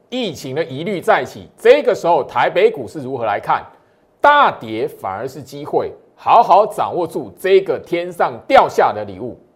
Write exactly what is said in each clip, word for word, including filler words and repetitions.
疫情的疑虑再起，这个时候台北股市如何来看？大跌反而是机会，好好掌握住这个天上掉下的礼物。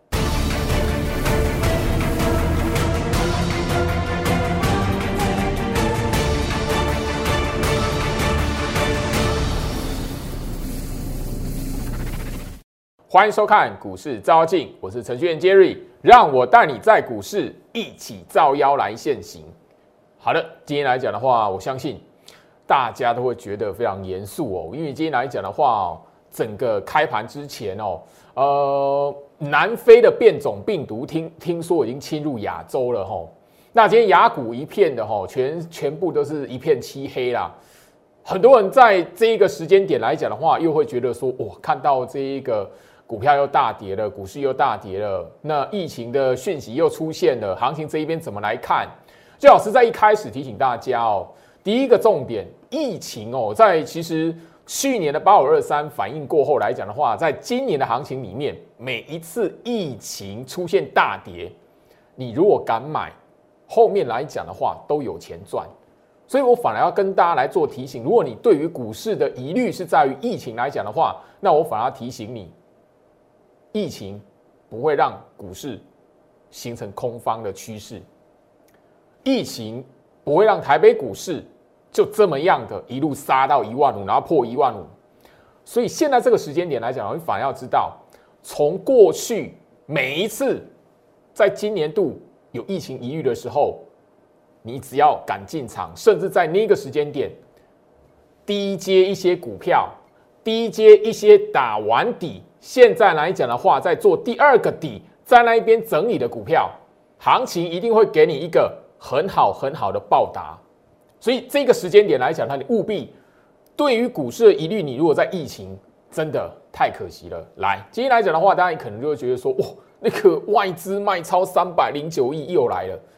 欢迎收看股市照妖镜，我是程序员 Jerry， 让我带你在股市一起照妖来现行。好的，今天来讲的话，我相信大家都会觉得非常严肃哦，因为今天来讲的话，整个开盘之前哦，呃，南非的变种病毒听听说已经侵入亚洲了吼，那今天亚股一片的吼，全全部都是一片漆黑啦。很多人在这一个时间点来讲的话，又会觉得说，哇，看到这一个股票又大跌了，股市又大跌了，那疫情的讯息又出现了，行情这一边怎么来看？最好是在一开始提醒大家哦，第一个重点，疫情哦，在其实去年的八五二三反应过后来讲的话，在今年的行情里面，每一次疫情出现大跌，你如果敢买，后面来讲的话都有钱赚。所以我反而要跟大家来做提醒，如果你对于股市的疑虑是在于疫情来讲的话，那我反而要提醒你，疫情不会让股市形成空方的趋势，疫情不会让台北股市就这么样的一路杀到一万五，然后破一万五。所以现在这个时间点来讲，你反而要知道，从过去每一次在今年度有疫情疑虑的时候，你只要敢进场，甚至在那个时间点低接一些股票，低接一些打完底，现在来讲的话，在做第二个底，在那一边整理的股票，行情一定会给你一个很好很好的报答。所以这个时间点来讲，你务必对于股市的疑虑，你如果在疫情，真的太可惜了。来，今天来讲的话，大家可能就会觉得说，哇，那个外资卖超三百零九亿又来了。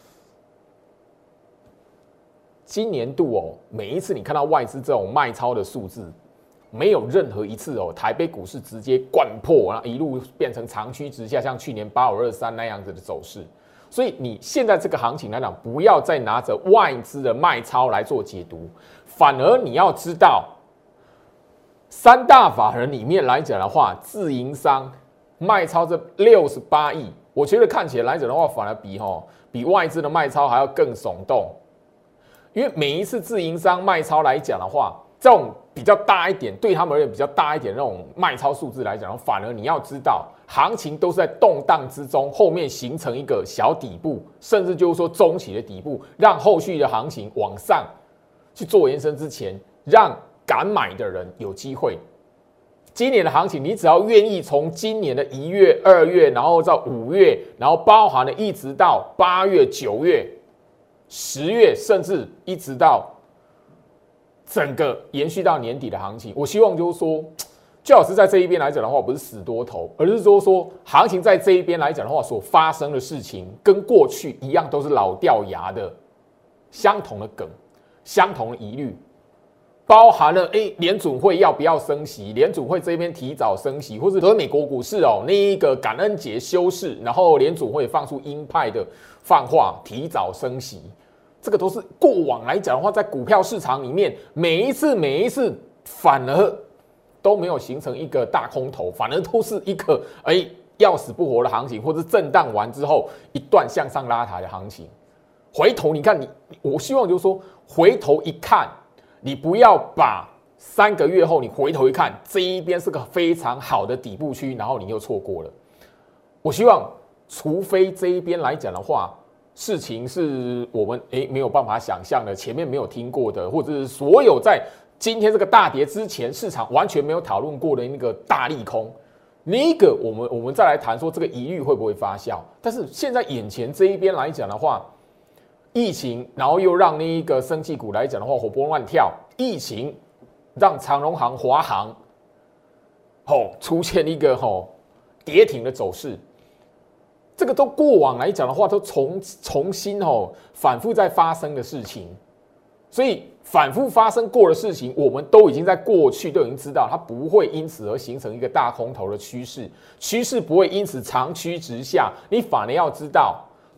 今年度哦，每一次你看到外资这种卖超的数字，没有任何一次哦，台北股市直接灌破，然后一路变成长驱直下，像去年八五二三那样子的走势。所以你现在这个行情来讲，不要再拿着外资的卖超来做解读，反而你要知道，三大法人里面来讲的话，自营商卖超这六十八亿，我觉得看起来来讲的话，反而比吼比外资的卖超还要更耸动。因为每一次自营商卖超来讲的话，这种比较大一点，对他们而言比较大一点那种卖超数字来讲，反而你要知道，行情都是在动荡之中，后面形成一个小底部，甚至就是说中期的底部，让后续的行情往上去做延伸之前，让敢买的人有机会。今年的行情，你只要愿意从今年的一月、二月，然后到五月，然后包含了一直到八月、九月。十月甚至一直到整个延续到年底的行情，我希望就是说，最好是在这一边来讲的话，不是死多头，而是说说行情在这一边来讲的话，所发生的事情跟过去一样，都是老掉牙的相同的梗、相同的疑虑，包含了哎，联准会要不要升息？联准会这边提早升息，或者和美国股市哦，那一个感恩节休市，然后联准会放出鹰派的放话，提早升息。这个都是过往来讲的话，在股票市场里面，每一次每一次反而都没有形成一个大空头，反而都是一个哎要死不活的行情，或者震荡完之后一段向上拉抬的行情。回头你看你，我希望就是说，回头一看，你不要把三个月后你回头一看，这一边是个非常好的底部区，然后你又错过了。我希望，除非这一边来讲的话，事情是我们诶没有办法想象的，前面没有听过的，或者是所有在今天这个大跌之前，市场完全没有讨论过的那个大利空，那一个我们我们再来谈说这个疑虑会不会发酵。但是现在眼前这一边来讲的话，疫情，然后又让那一个生技股来讲的话活蹦乱跳，疫情让长荣航、华航，吼出现一个吼跌停的走势。这个都过往来讲的话，都重重新哦反复在发生的事情，所以反复发生过的事情，我们都已经在过去都已经知道，它不会因此而形成一个大空头的趋势，趋势不会因此长驱直下。你反而要知道，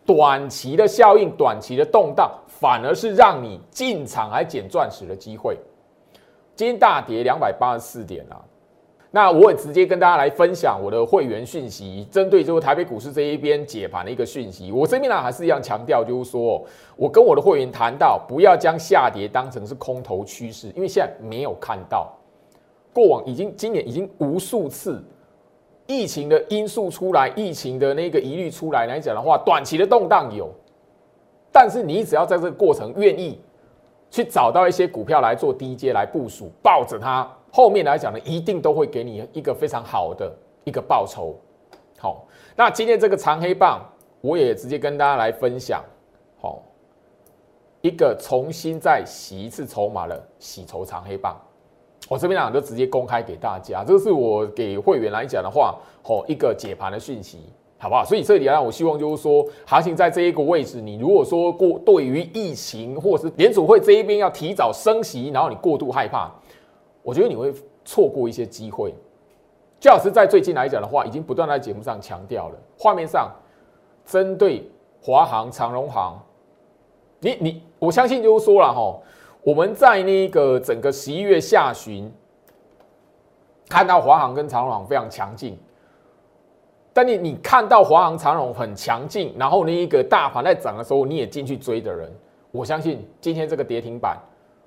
短期的效应、短期的动荡，反而是让你进场来捡钻石的机会。今天大跌两百八十四点啊，那我也直接跟大家来分享我的会员讯息，针对就是台北股市这一边解盘的一个讯息。我这边呢还是一样强调，就是说我跟我的会员谈到，不要将下跌当成是空头趋势，因为现在没有看到，过往已经今年已经无数次。疫情的因素出来，疫情的那个疑虑出来来讲的话，短期的动荡有，但是你只要在这个过程愿意去找到一些股票来做低阶来部署，抱着它，后面来讲呢，一定都会给你一个非常好的一个报酬。好，那今天这个长黑棒，我也直接跟大家来分享，好，一个重新再洗一次筹码的洗筹长黑棒。我这边讲就直接公开给大家，这是我给会员来讲的话，哦，一个解盘的讯息，好不好？所以这里啊，我希望就是说，行情在这一个位置，你如果说过对于疫情或是联储会这一边要提早升息，然后你过度害怕，我觉得你会错过一些机会。最老师在最近来讲的话，已经不断在节目上强调了，画面上针对华航、长荣航，你你，我相信就是说了哈。我们在那个整个十一月下旬，看到华航跟长荣航非常强劲，但你你看到华航、长荣很强劲，然后那一个大盘在涨的时候，你也进去追的人，我相信今天这个跌停板，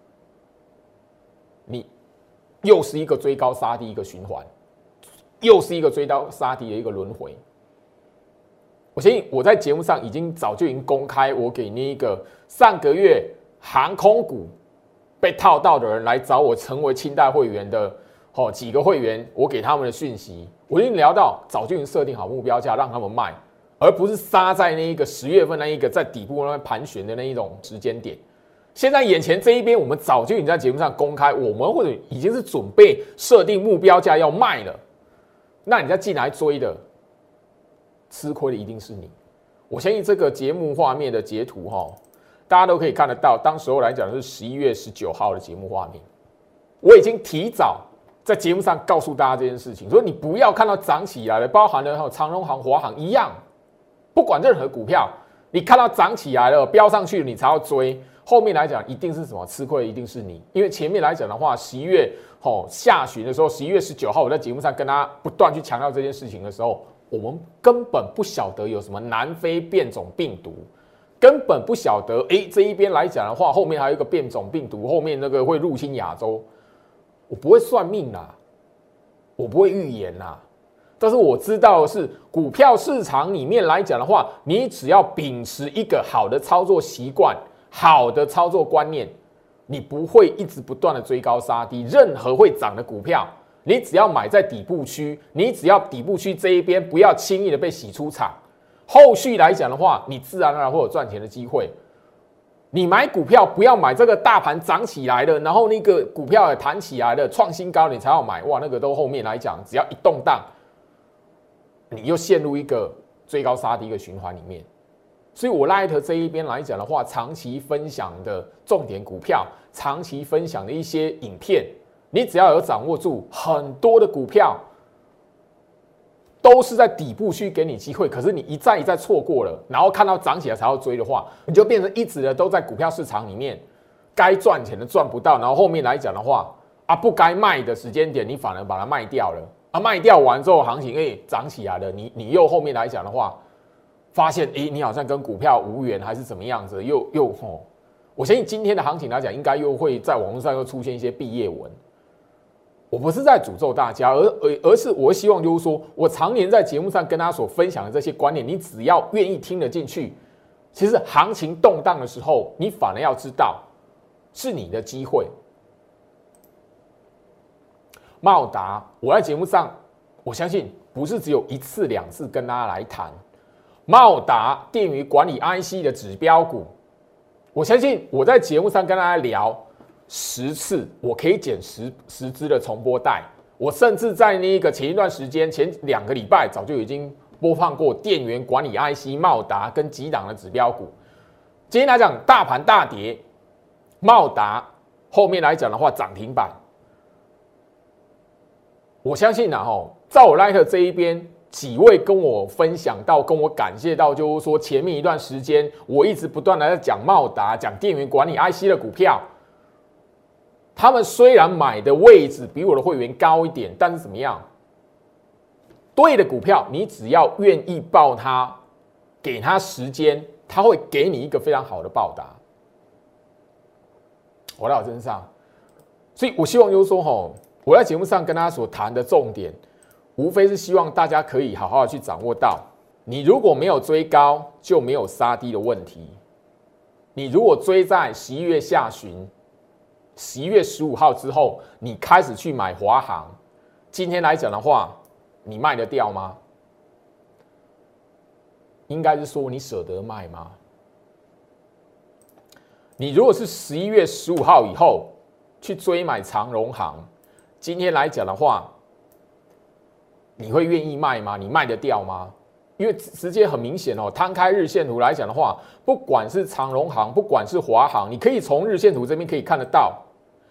你又是一个追高杀低一个循环，又是一个追高杀低的一个轮回。我相信我在节目上已经早就已经公开，我给那一个上个月航空股被套到的人来找我成为清代会员的哦，几个会员，我给他们的讯息，我已经聊到早就已经设定好目标价让他们卖，而不是杀在那一个十月份那一个在底部那边盘旋的那一种时间点。现在眼前这一边，我们早就已经在节目上公开，我们或者已经是准备设定目标价要卖了，那你再进来追的，吃亏的一定是你。我相信这个节目画面的截图哈。大家都可以看得到，当时候来讲是十一月十九号的节目画面，我已经提早在节目上告诉大家这件事情，所以你不要看到涨起来了，包含了长荣航、华航一样，不管任何股票，你看到涨起来了，飙上去了，你才要追，后面来讲一定是什么吃亏，一定是你，因为前面来讲的话，十一月哦下旬的时候，十一月十九号我在节目上跟大家不断去强调这件事情的时候，我们根本不晓得有什么南非变种病毒。根本不晓得，哎、欸，这一边来讲的话，后面还有一个变种病毒，后面那个会入侵亚洲。我不会算命啦，我不会预言啦，但是我知道的是，股票市场里面来讲的话，你只要秉持一个好的操作习惯、好的操作观念，你不会一直不断的追高杀低。任何会涨的股票，你只要买在底部区，你只要底部区这一边不要轻易的被洗出场。后续来讲的话，你自然而然会有赚钱的机会。你买股票不要买这个大盘涨起来了，然后那个股票也弹起来了，创新高你才要买，哇，那个都后面来讲，只要一动荡，你又陷入一个追高杀低的循环里面。所以我 Light 这一边来讲的话，长期分享的重点股票，长期分享的一些影片，你只要有掌握住很多的股票。都是在底部区给你机会，可是你一再一再错过了，然后看到涨起来才要追的话，你就变成一直的都在股票市场里面，该赚钱的赚不到，然后后面来讲的话啊，不该卖的时间点，你反而把它卖掉了啊，卖掉完之后行情哎涨起来了，你你又后面来讲的话，发现哎你好像跟股票无缘还是怎么样子，又又哦，我相信今天的行情来讲，应该又会在网络上又出现一些毕业文。我不是在诅咒大家，而而而是我希望就是说，我常年在节目上跟大家所分享的这些观念，你只要愿意听得进去，其实行情动荡的时候，你反而要知道是你的机会。茂达，我在节目上，我相信不是只有一次两次跟大家来谈茂达电源管理 I C 的指标股，我相信我在节目上跟大家聊。十次我可以剪十十支的重播带，我甚至在那个前一段时间，前两个礼拜早就已经播放过电源管理 I C 茂达跟几档的指标股。今天来讲，大盘大跌，茂达后面来讲的话涨停板，我相信啊吼，在我 Light 这一边， 几位跟我分享到，跟我感谢到，就是说前面一段时间我一直不断的在讲茂达、讲电源管理 I C 的股票，他们虽然买的位置比我的会员高一点，但是怎么样？对的股票，你只要愿意报它，给它时间，它会给你一个非常好的报答。我在我身上，所以我希望就是说，吼，我在节目上跟大家所谈的重点，无非是希望大家可以好好的去掌握到，你如果没有追高，就没有杀低的问题。你如果追在十一月下旬，十一月十五号之后，你开始去买华航，今天来讲的话，你卖得掉吗？应该是说你舍得卖吗？你如果是十一月十五号以后去追买长荣航，今天来讲的话，你会愿意卖吗？你卖得掉吗？因为直接很明显哦，摊开日线图来讲的话，不管是长荣航，不管是华航，你可以从日线图这边可以看得到，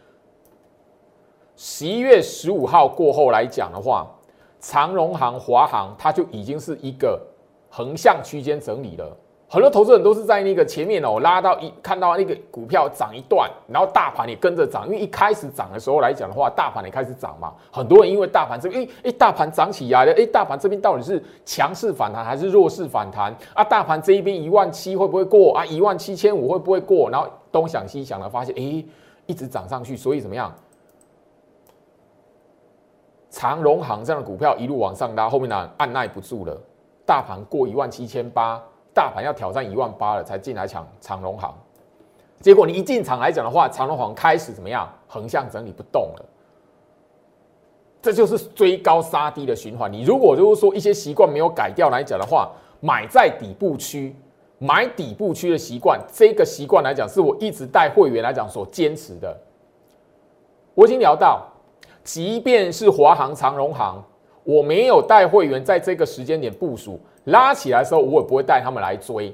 十一月十五号过后来讲的话，长荣航、华航它就已经是一个横向区间整理了。很多投资人都是在那个前面哦，拉到一看到那个股票涨一段，然后大盘也跟着涨，因为一开始涨的时候来讲的话，大盘也开始涨嘛。很多人因为大盘这边，哎哎，大盘涨起来了，哎，大盘这边到底是强势反弹还是弱势反弹啊？大盘这一边一万七会不会过啊？一万七千五会不会过？然后东想西想的，发现哎，一直涨上去，所以怎么样？长荣航这样的股票一路往上拉，后面呢按耐不住了，大盘过一万七千八。大盘要挑战一万八了，才进来抢长荣航，结果你一进场来讲的话，长荣航开始怎么样？横向整理不动了，这就是追高杀低的循环。你如果就是说一些习惯没有改掉来讲的话，买在底部区，买底部区的习惯，这个习惯来讲是我一直带会员来讲所坚持的。我已经聊到，即便是华航、长荣航，我没有带会员在这个时间点部署。拉起来的时候，我也不会带他们来追。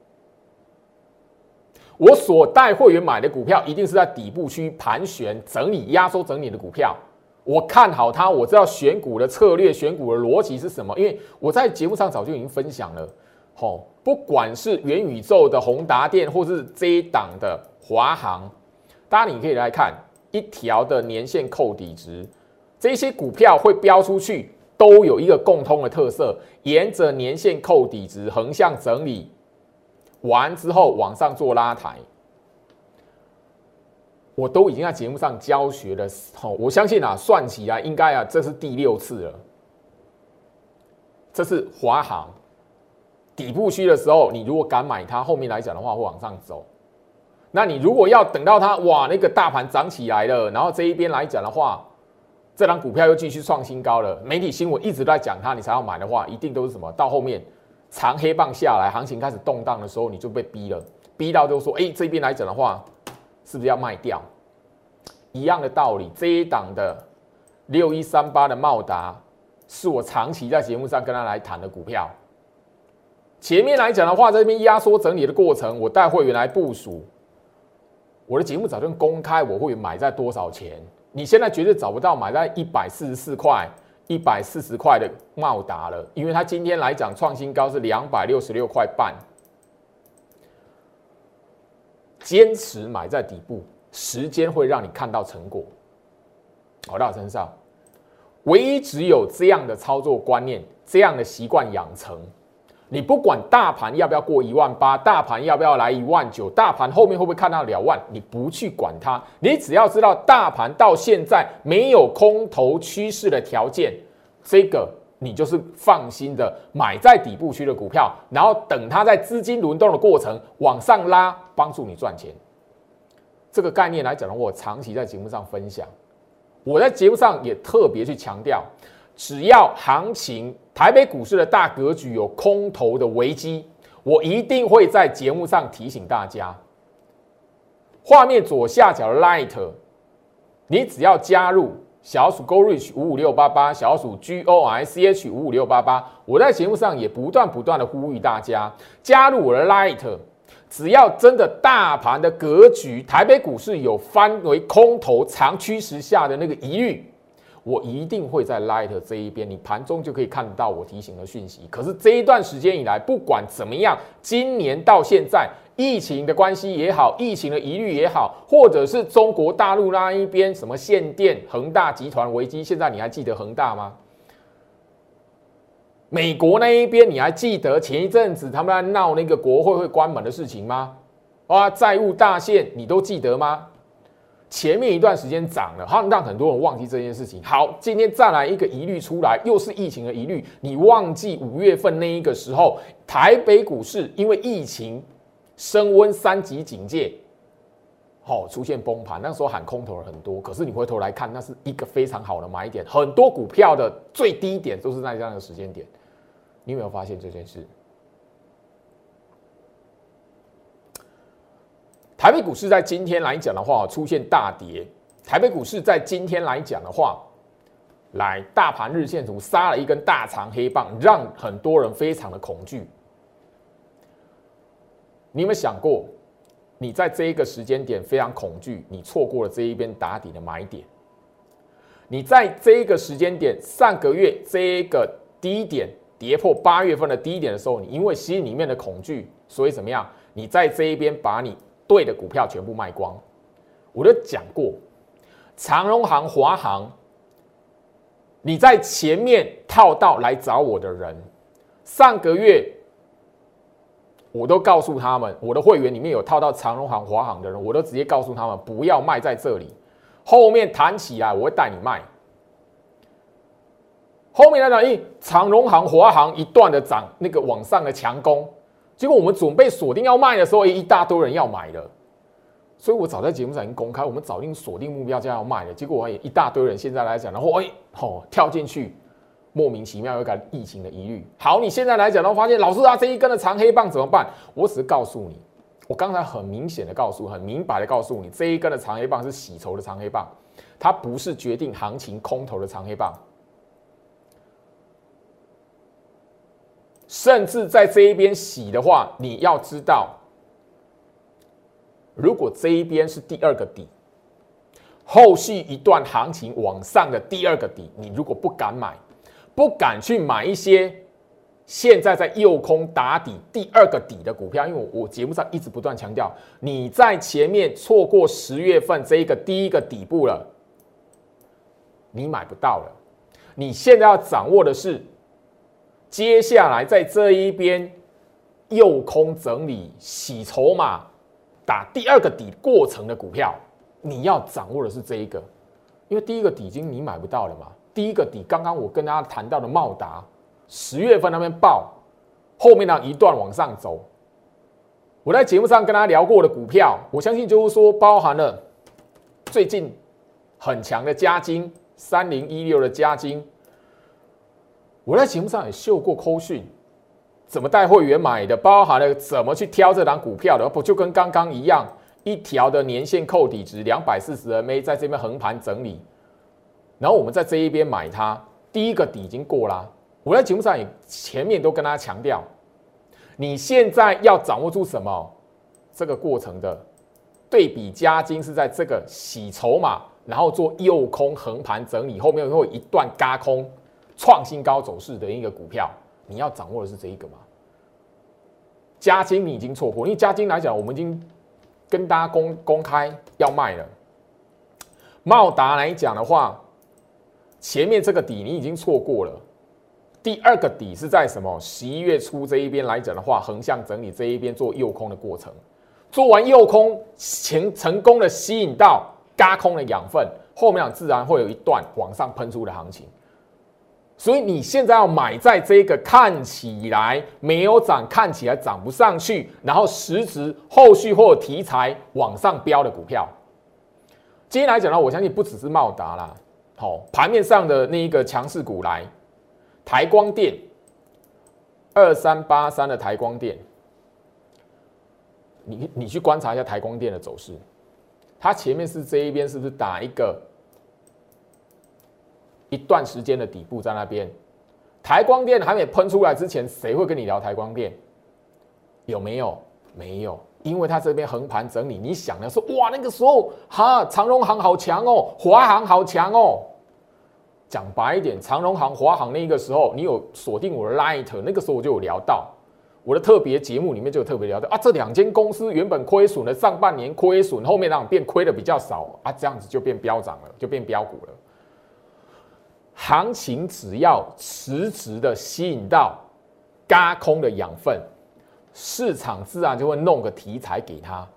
我所带会员买的股票，一定是在底部区盘旋、整理、压缩整理的股票。我看好它，我知道选股的策略、选股的逻辑是什么。因为我在节目上早就已经分享了，吼，不管是元宇宙的宏达电，或是这一档的华航，大家你可以来看一条的年线扣底值，这些股票会飙出去。都有一个共通的特色，沿着年线扣底值横向整理完之后往上做拉抬，我都已经在节目上教学了。我相信啊，算起来应该啊，这是第六次了。这是华航底部区的时候，你如果敢买它，后面来讲的话会往上走。那你如果要等到它哇那个大盘涨起来了，然后这一边来讲的话，这档股票又继续创新高了，媒体新闻一直都在讲它，你才要买的话，一定都是什么？到后面长黑棒下来，行情开始动荡的时候，你就被逼了，逼到就说，哎、欸，这边来讲的话，是不是要卖掉？一样的道理，这一档的六一三八的茂达，是我长期在节目上跟他来谈的股票。前面来讲的话，在这边压缩整理的过程，我带会员来部署，我的节目早就公开，我会买在多少钱。你现在绝对找不到买在一百四十四块、一百四十块的茂达了，因为它今天来讲创新高是两百六十六块半。坚持买在底部，时间会让你看到成果。好，到身上，唯一只有这样的操作观念、这样的习惯养成。你不管大盘要不要过一万八，大盘要不要来一万九，大盘后面会不会看到两万，你不去管它，你只要知道大盘到现在没有空头趋势的条件，这个你就是放心的买在底部区的股票，然后等它在资金轮动的过程往上拉，帮助你赚钱。这个概念来讲的话，我长期在节目上分享，我在节目上也特别去强调。只要行情台北股市的大格局有空头的危机，我一定会在节目上提醒大家。画面左下角的 Light， 你只要加入小鼠 Go Reach 五五六八八，小鼠 G O R C H 五五六八八，我在节目上也不断不断的呼吁大家加入我的 Light。只要真的大盘的格局，台北股市有翻为空头长趋势下的那个疑虑。 我一定会在 Light 这一边，你盘中就可以看得到我提醒的讯息。可是这一段时间以来，不管怎么样，今年到现在，疫情的关系也好，疫情的疑虑也好，或者是中国大陆那一边什么限电、恒大集团危机，现在你还记得恒大吗？美国那一边，你还记得前一阵子他们在闹那个国会会关门的事情吗？啊，债务大限，你都记得吗？前面一段时间涨了，好让很多人忘记这件事情。好，今天再来一个疑虑出来，又是疫情的疑虑。你忘记五月份那一个时候，台北股市因为疫情升温三级警戒，好、哦、出现崩盘，那时候喊空头的很多。可是你回头来看，那是一个非常好的买点，很多股票的最低点都是在这样的时间点。你有没有发现这件事？台北股市在今天来讲的话，出现大跌。台北股市在今天来讲的话，来大盘日线图杀了一根大长黑棒，让很多人非常的恐惧。你有没有想过，你在这一个时间点非常恐惧，你错过了这一边打底的买点？你在这一个时间点，上个月这一个低点跌破八月份的低点的时候，你因为心里面的恐惧，所以怎么样？你在这一边把你对的股票全部卖光。我就讲过，长荣航、华航，你在前面套到来找我的人，上个月我都告诉他们，我的会员里面有套到长荣航、华航的人，我都直接告诉他们不要卖在这里，后面弹起来我会带你卖。后面来讲，因长荣航、华航一段的涨，那个往上的强攻，结果我们准备锁定要卖的时候，一大堆人要买了，所以我早在节目上已经公开，我们早定锁定目标价要卖了，结果我也一大堆人现在来讲，然后哎，哦，跳进去，莫名其妙有一个疫情的疑虑。好，你现在来讲，然后发现老师啊，这一根的长黑棒怎么办？我只是告诉你，我刚才很明显的告诉，很明白的告诉你，这一根的长黑棒是洗筹的长黑棒，它不是决定行情空头的长黑棒。甚至在这一边洗的话，你要知道，如果这一边是第二个底，后续一段行情往上的第二个底，你如果不敢买，不敢去买一些现在在诱空打底第二个底的股票，因为我我节目上一直不断强调，你在前面错过十月份这一个第一个底部了，你买不到了。你现在要掌握的是，接下来在这一边诱空整理洗筹码打第二个底过程的股票，你要掌握的是这一个，因为第一个底已经你买不到了嘛。第一个底刚刚我跟大家谈到的茂达，十月份那边爆，后面呢一段往上走。我在节目上跟大家聊过的股票，我相信就是说包含了最近很强的嘉晶三零一六的嘉晶。我在节目上也秀过扣讯，怎么带会员买的，包含了怎么去挑这档股票的，不就跟刚刚一样，一条的年线扣底值两百四十 M A 在这边横盘整理，然后我们在这一边买它，第一个底已经过啦。我在节目上也前面都跟大家强调，你现在要掌握住什么？这个过程的对比嘉晶是在这个洗筹码，然后做诱空横盘整理，后面会有一段轧空。创新高走势的一个股票，你要掌握的是这一个吗？嘉晶你已经错过，因为嘉晶来讲，我们已经跟大家 公, 公开要卖了。茂达来讲的话，前面这个底你已经错过了，第二个底是在什么？十一月初这一边来讲的话，横向整理这一边做诱空的过程，做完诱空，成成功的吸引到轧空的养分，后面自然会有一段往上喷出的行情。所以你现在要买在这个看起来没有涨，看起来涨不上去，然后实质后续或者题材往上飙的股票。今天来讲呢，我相信不只是茂达啦，好，盘面上的那一个强势股来，台光电二三八三的台光电，你你去观察一下台光电的走势，它前面是这一边是不是打一个？一段时间的底部在那边，台光电还没喷出来之前，谁会跟你聊台光电？有没有？没有，因为它这边横盘整理，你想的说，哇，那个时候哈，长荣航好强哦，华航好强哦， 讲白一点，长荣航、华航那个时候，你有锁定我的 Light， 那个时候我就有聊到，我的特别节目里面就有特别聊到啊，这两间公司原本亏损的，上半年亏损，后面让变亏的比较少啊，这样子就变飙涨了，就变标股了。行情只要实质的吸引到轧空的养分，市场自然就会弄个题材给他。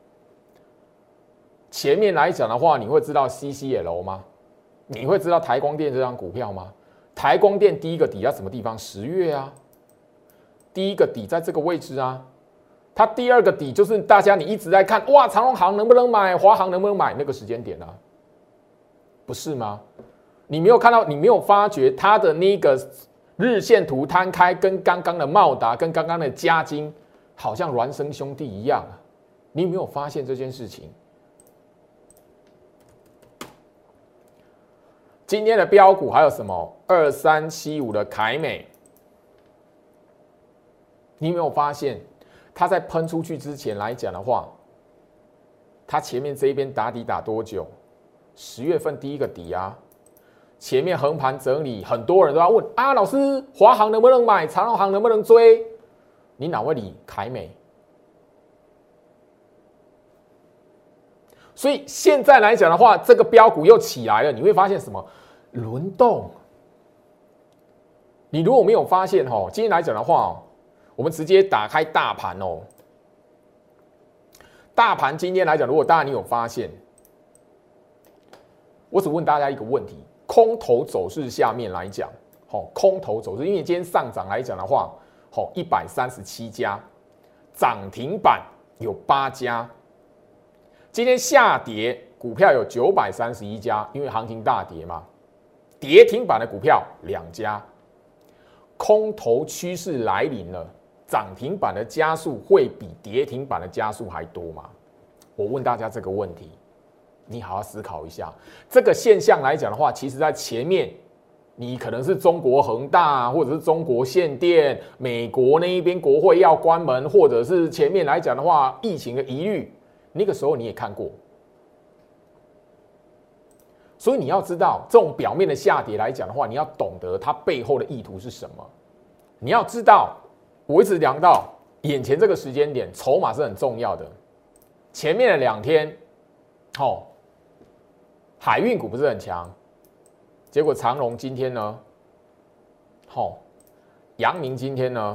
前面来讲的话，你会知道 C C L 吗？你会知道台光电这张股票吗？台光电第一个底在什么地方？十月啊，第一个底在这个位置啊。它第二个底就是大家你一直在看，哇，长荣航能不能买，华航能不能买那个时间点啊，不是吗？你没有看到，你没有发觉它的那个日线图摊开，跟刚刚的茂达跟刚刚的嘉晶好像孪生兄弟一样啊？你有没有发现这件事情？今天的标股还有什么？二三七五的凯美，你有没有发现，它在喷出去之前来讲的话，它前面这一边打底打多久？十月份第一个底啊，前面横盘整理，很多人都要问啊，老师，华航能不能买？长荣航能不能追？你哪会理凯美？所以现在来讲的话，这个标股又起来了，你会发现什么？轮动。你如果没有发现哦，今天来讲的话，我们直接打开大盘哦。大盘今天来讲，如果大家你有发现，我只问大家一个问题：空头走势下面来讲，好，空头走势，因为今天上涨来讲的话，好，一百三十七家，涨停板有八家。今天下跌股票有九百三十一家，因为行情大跌嘛，跌停板的股票两家，空头趋势来临了，涨停板的加速会比跌停板的加速还多吗？我问大家这个问题，你好好思考一下。这个现象来讲的话，其实在前面，你可能是中国恒大，或者是中国限电，美国那一边国会要关门，或者是前面来讲的话，疫情的疑虑。那个时候你也看过，所以你要知道，这种表面的下跌来讲的话，你要懂得它背后的意图是什么。你要知道，我一直聊到眼前这个时间点，筹码是很重要的。前面的两天，哦，海运股不是很强，结果长荣今天呢，哦，阳明今天呢，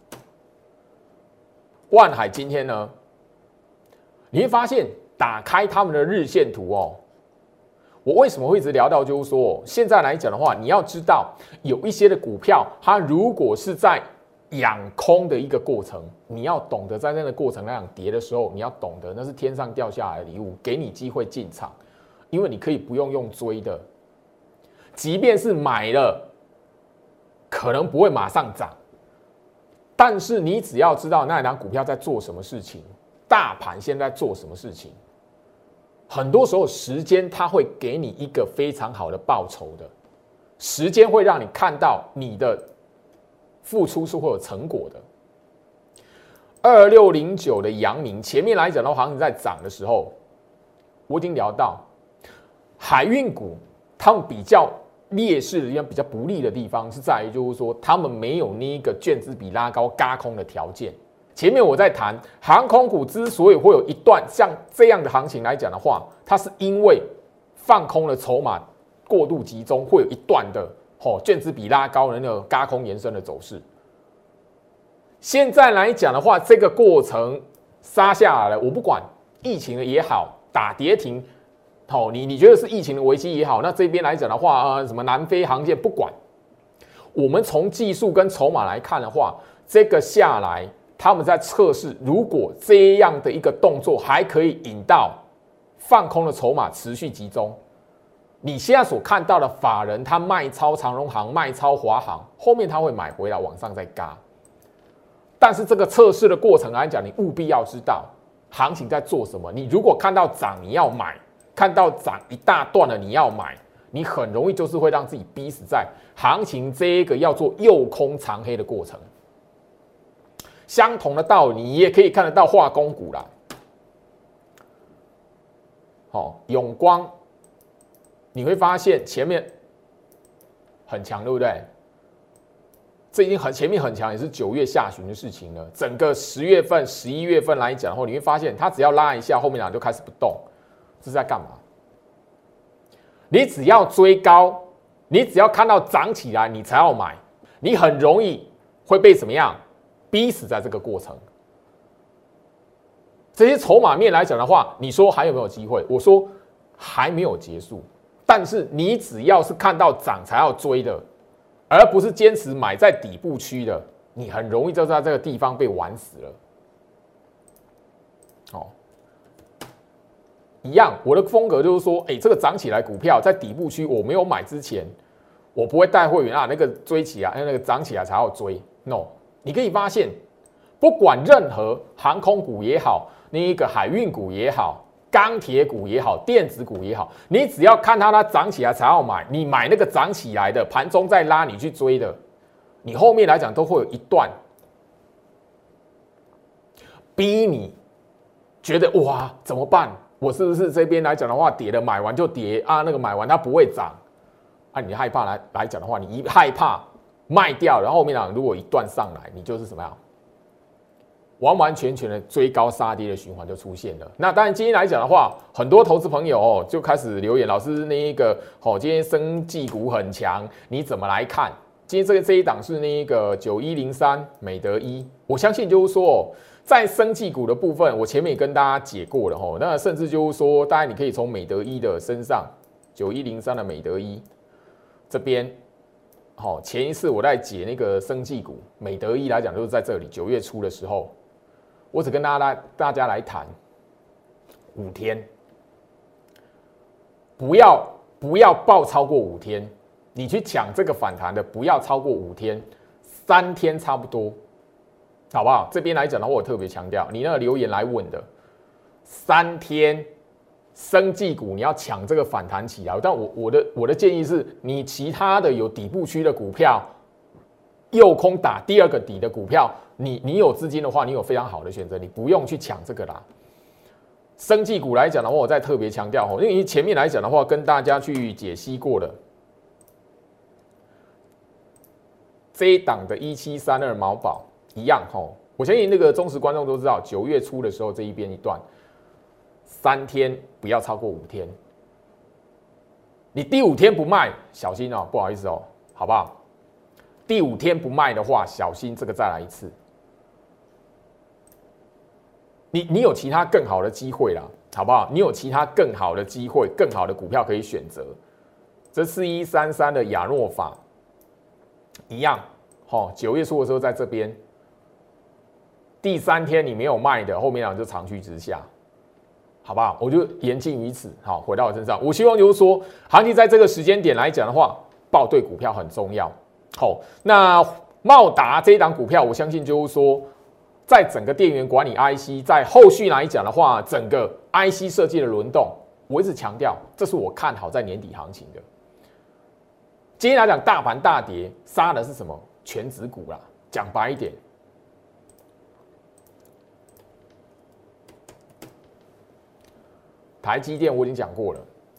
万海今天呢。你会发现，打开他们的日线图哦。我为什么会一直聊到，就是说，现在来讲的话，你要知道，有一些的股票，它如果是在养空的一个过程，你要懂得在那个过程那样跌的时候，你要懂得那是天上掉下来的礼物，给你机会进场，因为你可以不用用追的，即便是买了，可能不会马上涨，但是你只要知道那一档股票在做什么事情。大盘现在做什么事情？很多时候，时间它会给你一个非常好的报酬的，时间会让你看到你的付出是会有成果的。二六零九的阳明，前面来讲的话，行情在涨的时候，我已经聊到海运股，他们比较劣势的地方、比较不利的地方是在于，就是说他们没有那个券资比拉高、轧空的条件。前面我在谈航空股之所以会有一段像这样的行情来讲的话，它是因为放空的筹码过度集中，会有一段的哦券资比拉高的那个轧空延伸的走势。现在来讲的话，这个过程杀下来了，我不管疫情的也好，打跌停，好、哦，你你觉得是疫情的危机也好，那这边来讲的话，呃，什么南非航线不管，我们从技术跟筹码来看的话，这个下来。他们在测试，如果这样的一个动作还可以引到放空的筹码持续集中，你现在所看到的法人他卖超长荣航、卖超华航，后面他会买回来往上再轧。但是这个测试的过程来讲，你务必要知道行情在做什么。你如果看到涨你要买，看到涨一大段了你要买，你很容易就是会让自己逼死在行情这一个要做诱空长黑的过程。相同的道理，你也可以看得到化工股啦。好、哦，永光，你会发现前面很强，对不对？这已经很前面很强，也是九月下旬的事情了。整个十月份、十一月份来讲后，你会发现它只要拉一下，后面两就开始不动，这是在干嘛？你只要追高，你只要看到涨起来，你才要买，你很容易会被怎么样逼死在这个过程。这些筹码面来讲的话，你说还有没有机会？我说还没有结束，但是你只要是看到涨才要追的。而不是坚持买在底部区的，你很容易就在这个地方被玩死了。哦，一样，我的风格就是说，哎、欸，这个涨起来股票在底部区，我没有买之前，我不会带会员啊，那个追起来，那个涨起来才要追。No， 你可以发现，不管任何航空股也好，那一个海运股也好。钢铁股也好，电子股也好，你只要看它它涨起来才要买，你买那个涨起来的，盘中再拉你去追的，你后面来讲都会有一段逼你觉得哇怎么办？我是不是这边来讲的话跌了买完就跌啊？那个买完它不会涨啊？你害怕来来讲的话，你一害怕卖掉，然后后面讲如果一段上来，你就是什么样？完完全全的追高杀跌的循环就出现了。那当然，今天来讲的话，很多投资朋友哦就开始留言，老师那一个哦，今天生技股很强，你怎么来看？今天这个这一档是那一个九一零三美德一，我相信就是说哦，在生技股的部分，我前面也跟大家解过了哦。那甚至就是说，当然你可以从美德一的身上，九一零三的美德一这边。好，前一次我在解那个生技股，美德一来讲就是在这里九月初的时候，我只跟大家大家来谈五天，不要不要抱超过五天，你去抢这个反弹的，不要超过五天，三天差不多，好不好？这边来讲的话，我特别强调，你那个留言来问的，三天。生技股你要抢这个反弹起来，但我我的我的建议是，你其他的有底部区的股票，诱空打第二个底的股票，你你有资金的话，你有非常好的选择，你不用去抢这个啦。生技股来讲的话，我再特别强调哦，因为前面来讲的话，跟大家去解析过了，这一档的一七三二毛宝一样哦，我相信那个忠实观众都知道，九月初的时候这一边一段。三天不要超过五天，你第五天不卖，小心哦，不好意思哦，好不好？第五天不卖的话，小心这个再来一次。你你有其他更好的机会啦，好不好？你有其他更好的机会，更好的股票可以选择。这四一三三的亚诺法一样，哦，九月初的时候在这边，第三天你没有卖的，后面两就长驱直下。好不好？我就言尽于此。好，回到我身上，我希望就是说，行情在这个时间点来讲的话，抱对股票很重要。好，那茂达这一档股票，我相信就是说，在整个电源管理 I C， 在后续来讲的话，整个 I C 设计的轮动，我一直强调，这是我看好在年底行情的。今天来讲，大盘大跌，杀的是什么？全指股啦。讲白一点。台积电我已经讲过了，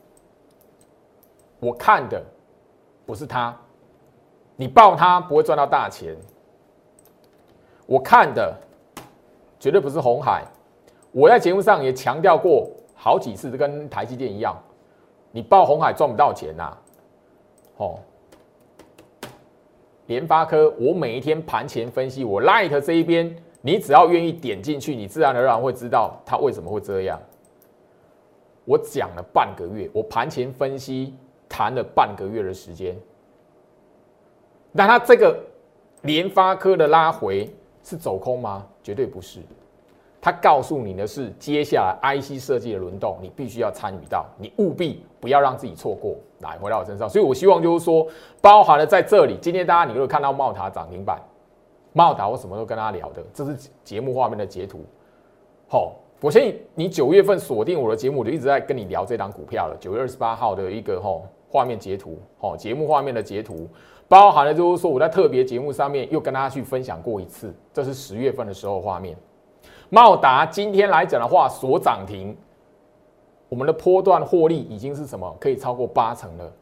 我看的不是它，你抱它不会赚到大钱。我看的绝对不是鸿海，我在节目上也强调过好几次，跟台积电一样，你抱鸿海赚不到钱呐、啊。哦，联发科，我每一天盘前分析，我 Light 这一边，你只要愿意点进去，你自然而然会知道它为什么会这样。我讲了半个月，我盘前分析谈了半个月的时间。那它这个联发科的拉回是走空吗？绝对不是。它告诉你的是，接下来 I C 设计的轮动，你必须要参与到，你务必不要让自己错过。来，回到我身上，所以我希望就是说，包含了在这里，今天大家你如果看到茂达涨停板，茂达我什么都跟他聊的，这是节目画面的截图。好。我相信你九月份锁定我的节目，我就一直在跟你聊这档股票了。九月二十八号的一个吼画面截图，吼节目画面的截图，包含了就是说我在特别节目上面又跟大家去分享过一次，这是十月份的时候画面。茂达今天来讲的话，所涨停，我们的波段获利已经是什么？可以超过八成了。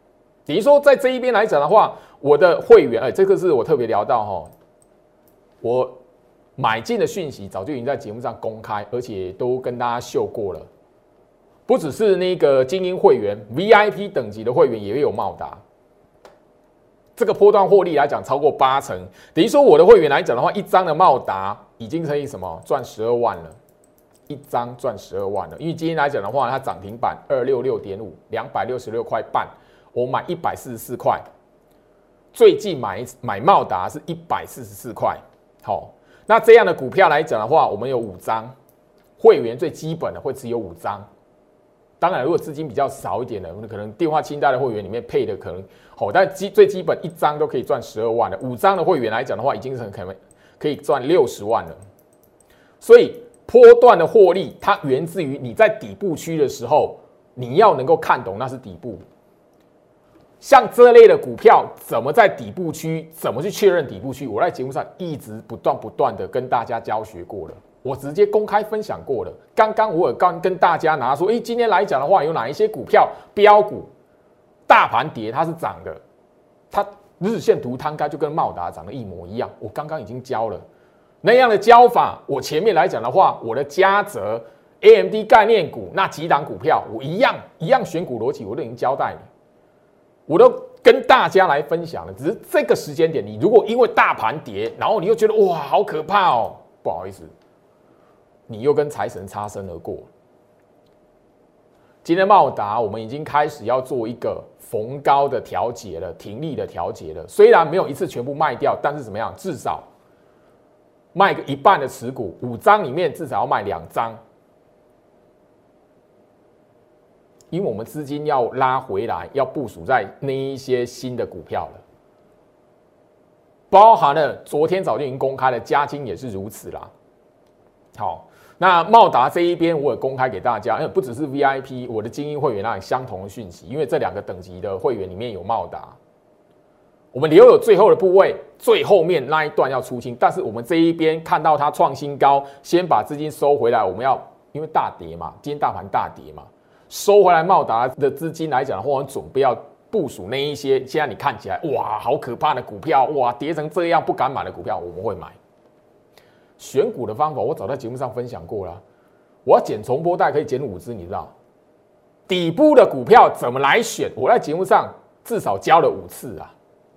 等于说在这一边来讲的话，我的会员，哎，这个是我特别聊到哈，我买进的讯息早就已经在节目上公开，而且都跟大家秀过了。不只是那个精英会员 V I P 等级的会员也有茂达，这个波段获利来讲超过八成，等于说我的会员来讲的话，一张的茂达已经可以什么赚十二万了，一张赚十二万了。因为今天来讲的话，它涨停板二六六点五，两百六十六块半，我买一百四十四块，最近买买茂达是一百四十四块。好，那这样的股票来讲的话，我们有五张，会员最基本的会只有五张。当然，如果资金比较少一点的，可能电话清单的会员里面配的可能好，但基最基本一张都可以赚十二万了。五张的会员来讲的话，已经是可能可以赚六十万了。所以波段的获利，它源自于你在底部区的时候，你要能够看懂那是底部。像这类的股票，怎么在底部区，怎么去确认底部区，我在节目上一直不断不断的跟大家教学过了。我直接公开分享过了。刚刚我有刚跟大家拿说，哎，今天来讲的话，有哪一些股票标股，大盘跌它是涨的，它日线图摊开就跟茂达涨得一模一样。我刚刚已经教了那样的教法。我前面来讲的话，我的嘉泽、A M D 概念股那几档股票，我一样一样选股逻辑，我都已经交代你，我都跟大家来分享了。只是这个时间点，你如果因为大盘跌，然后你又觉得哇好可怕哦，不好意思。你又跟财神擦身而过。今天茂达我们已经开始要做一个逢高的调节了，停利的调节了。虽然没有一次全部卖掉，但是怎么样？至少卖个一半的持股，五张里面至少要卖两张，因为我们资金要拉回来，要部署在那一些新的股票了，包含了昨天早就已经公开了，嘉金也是如此啦。好。那茂达这一边我也公开给大家，因为不只是 V I P， 我的精英会员那里相同的讯息，因为这两个等级的会员里面有茂达，我们留有最后的部位，最后面那一段要出清，但是我们这一边看到它创新高，先把资金收回来，我们要因为大跌嘛，今天大盘大跌嘛，收回来茂达的资金来讲的话，我们准备要部署那一些现在你看起来哇好可怕的股票，哇跌成这样不敢买的股票，我们会买。选股的方法我早在节目上分享过了，我要捡重播带可以捡五只，你知道底部的股票怎么来选？我在节目上至少教了五次啊。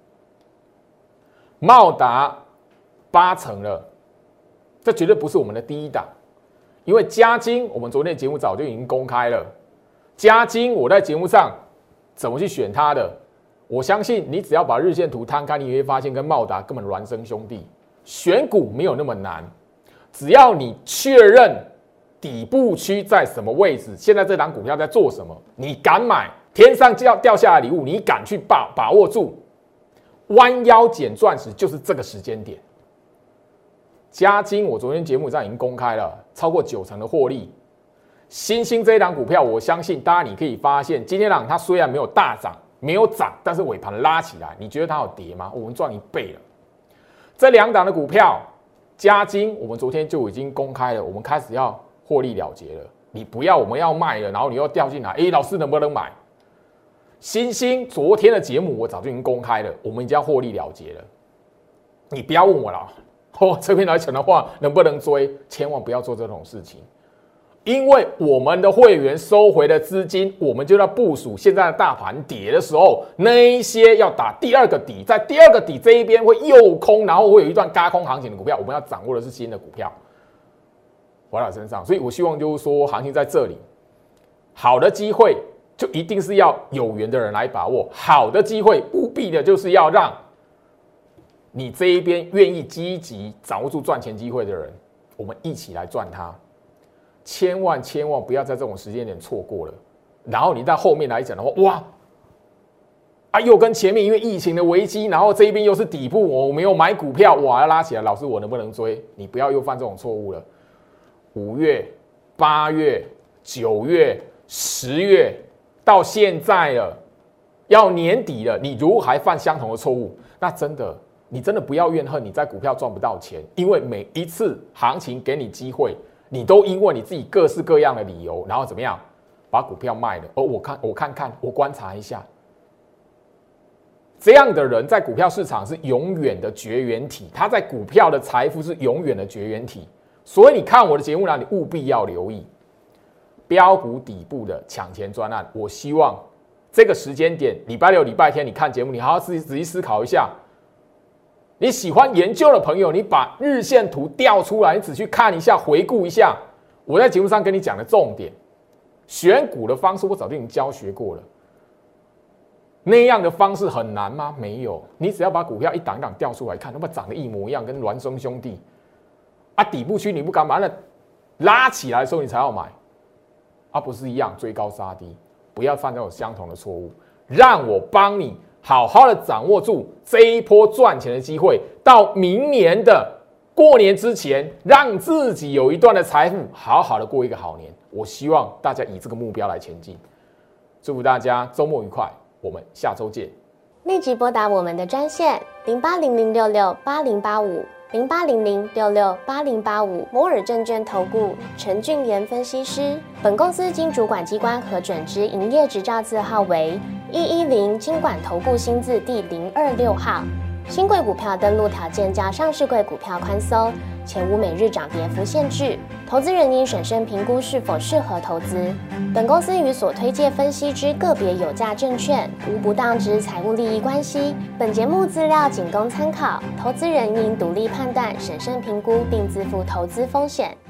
茂达八成了，这绝对不是我们的第一档，因为嘉金我们昨天的节目早就已经公开了，嘉金我在节目上怎么去选它的？我相信你只要把日线图摊开，你会发现跟茂达根本孪生兄弟。选股没有那么难，只要你确认底部区在什么位置，现在这档股票在做什么，你敢买，天上掉掉下来礼物，你敢去把把握住，弯腰捡钻石就是这个时间点。嘉金我昨天节目上已经公开了，超过九成的获利。新兴这一档股票，我相信大家你可以发现，今天档它虽然没有大涨，没有涨，但是尾盘拉起来，你觉得它有跌吗？我们赚一倍了。这两档的股票，嘉金我们昨天就已经公开了，我们开始要获利了结了。你不要我们要卖了，然后你又掉进来，哎，老师能不能买？新兴昨天的节目我早就已经公开了，我们已经要获利了结了。你不要问我了，哦，这边来讲的话能不能追？千万不要做这种事情，因为我们的会员收回的资金，我们就要部署现在的大盘跌的时候，那一些要打第二个底，在第二个底这一边会诱空，然后会有一段轧空行情的股票，我们要掌握的是新的股票，回到身上。所以我希望就是说，行情在这里，好的机会就一定是要有缘的人来把握，好的机会务必的就是要让你这一边愿意积极掌握住赚钱机会的人，我们一起来赚它。千万千万不要在这种时间点错过了，然后你到后面来讲的话，哇，啊又跟前面因为疫情的危机，然后这一边又是底部，我没有买股票，哇要拉起来，老师我能不能追？你不要又犯这种错误了。五月、八月、九月、十月到现在了，要年底了，你如果还犯相同的错误，那真的你真的不要怨恨你在股票赚不到钱，因为每一次行情给你机会。你都因为你自己各式各样的理由，然后怎么样把股票卖了？而我看我看看，我观察一下， 这样的人在股票市场是永远的绝缘体，他在股票的财富是永远的绝缘体。所以你看我的节目呢，你务必要留意标股底部的抢钱专案。我希望这个时间点，礼拜六、礼拜天，你看节目，你好好仔细思考一下。你喜欢研究的朋友，你把日线图调出来，你只去看一下，回顾一下我在节目上跟你讲的重点。选股的方式我早就已经教学过了。那样的方式很难吗？没有，你只要把股票一档一档调出来看，那么长得一模一样，跟孪生兄弟啊，底部区你不敢买，那拉起来的时候你才要买，啊，不是一样追高杀低，不要犯这种相同的错误。让我帮你好好的掌握住这一波赚钱的机会，到明年的过年之前，让自己有一段的财富，好好的过一个好年。我希望大家以这个目标来前进，祝福大家周末愉快。我们下周见。 立即拨打我们的专线零八零零六六八零八五零八零零六六八零八五摩尔证券投顾陈俊言分析师。本公司经主管机关核准之营业执照字号为一一零金管投顾新字第零二六号。新贵股票登录条件较上市柜股票宽松，且无每日涨跌幅限制。投资人应审慎评估是否适合投资。本公司与所推介分析之个别有价证券无不当之财务利益关系。本节目资料仅供参考，投资人应独立判断、审慎评估，并自负投资风险。